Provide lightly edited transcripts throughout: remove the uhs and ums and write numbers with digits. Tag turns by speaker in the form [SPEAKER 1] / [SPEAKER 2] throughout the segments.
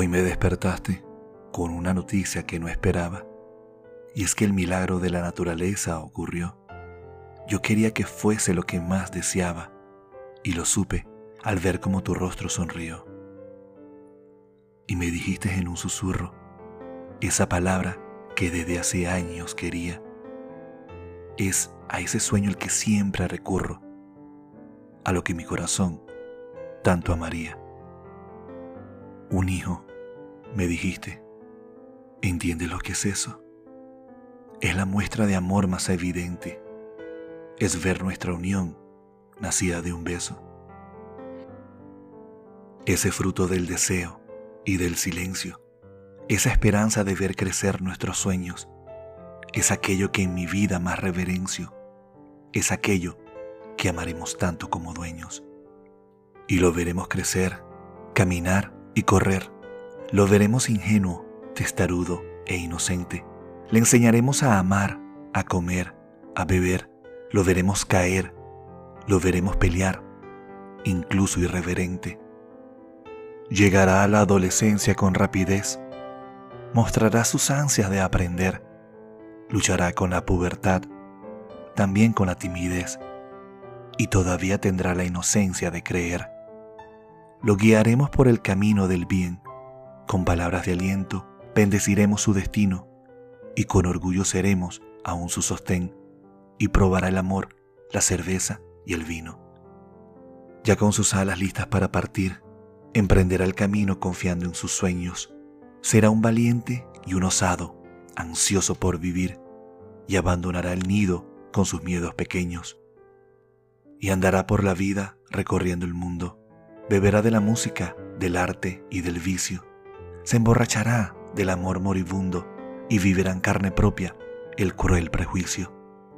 [SPEAKER 1] Hoy me despertaste con una noticia que no esperaba, y es que el milagro de la naturaleza ocurrió. Yo quería que fuese lo que más deseaba, y lo supe al ver cómo tu rostro sonrió. Y me dijiste en un susurro esa palabra que desde hace años quería. Es a ese sueño el que siempre recurro, a lo que mi corazón tanto amaría. Un hijo, me dijiste. ¿Entiendes lo que es eso? Es la muestra de amor más evidente. Es ver nuestra unión nacida de un beso. Ese fruto del deseo y del silencio, esa esperanza de ver crecer nuestros sueños, es aquello que en mi vida más reverencio, es aquello que amaremos tanto como dueños. Y lo veremos crecer, caminar y correr. Lo veremos ingenuo, testarudo e inocente. Le enseñaremos a amar, a comer, a beber. Lo veremos caer, lo veremos pelear, incluso irreverente. Llegará a la adolescencia con rapidez, mostrará sus ansias de aprender, luchará con la pubertad, también con la timidez, y todavía tendrá la inocencia de creer. Lo guiaremos por el camino del bien, con palabras de aliento bendeciremos su destino, y con orgullo seremos aún su sostén, y probará el amor, la cerveza y el vino. Ya con sus alas listas para partir, emprenderá el camino confiando en sus sueños. Será un valiente y un osado, ansioso por vivir, y abandonará el nido con sus miedos pequeños. Y andará por la vida recorriendo el mundo, beberá de la música, del arte y del vicio, se emborrachará del amor moribundo y vivirá en carne propia el cruel prejuicio.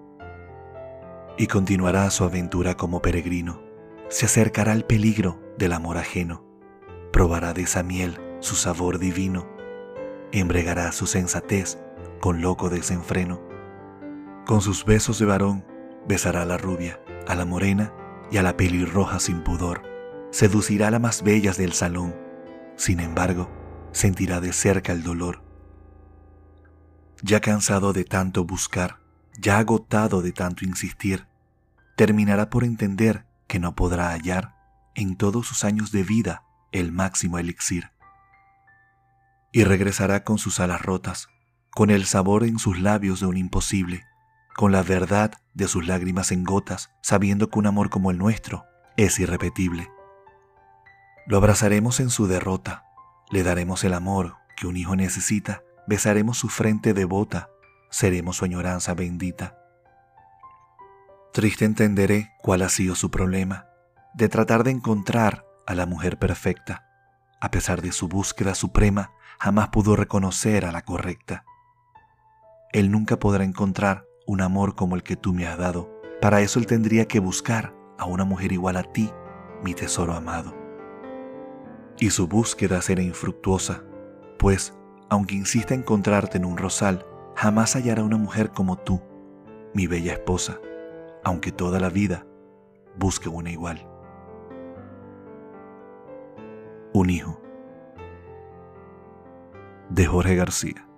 [SPEAKER 1] Y continuará su aventura como peregrino, se acercará al peligro del amor ajeno, probará de esa miel su sabor divino, embriagará su sensatez con loco desenfreno. Con sus besos de varón besará a la rubia, a la morena y a la pelirroja sin pudor, seducirá a las más bellas del salón, sin embargo, sentirá de cerca el dolor. Ya cansado de tanto buscar, ya agotado de tanto insistir, terminará por entender que no podrá hallar en todos sus años de vida el máximo elixir. Y regresará con sus alas rotas, con el sabor en sus labios de un imposible, con la verdad de sus lágrimas en gotas, sabiendo que un amor como el nuestro es irrepetible. Lo abrazaremos en su derrota, le daremos el amor que un hijo necesita, besaremos su frente devota, seremos su añoranza bendita. Triste entenderé cuál ha sido su problema, de tratar de encontrar a la mujer perfecta. A pesar de su búsqueda suprema, jamás pudo reconocer a la correcta. Él nunca podrá encontrar un amor como el que tú me has dado. Para eso él tendría que buscar a una mujer igual a ti, mi tesoro amado. Y su búsqueda será infructuosa, pues, aunque insista en encontrarte en un rosal, jamás hallará una mujer como tú, mi bella esposa, aunque toda la vida busque una igual. Un hijo. De Jorge García.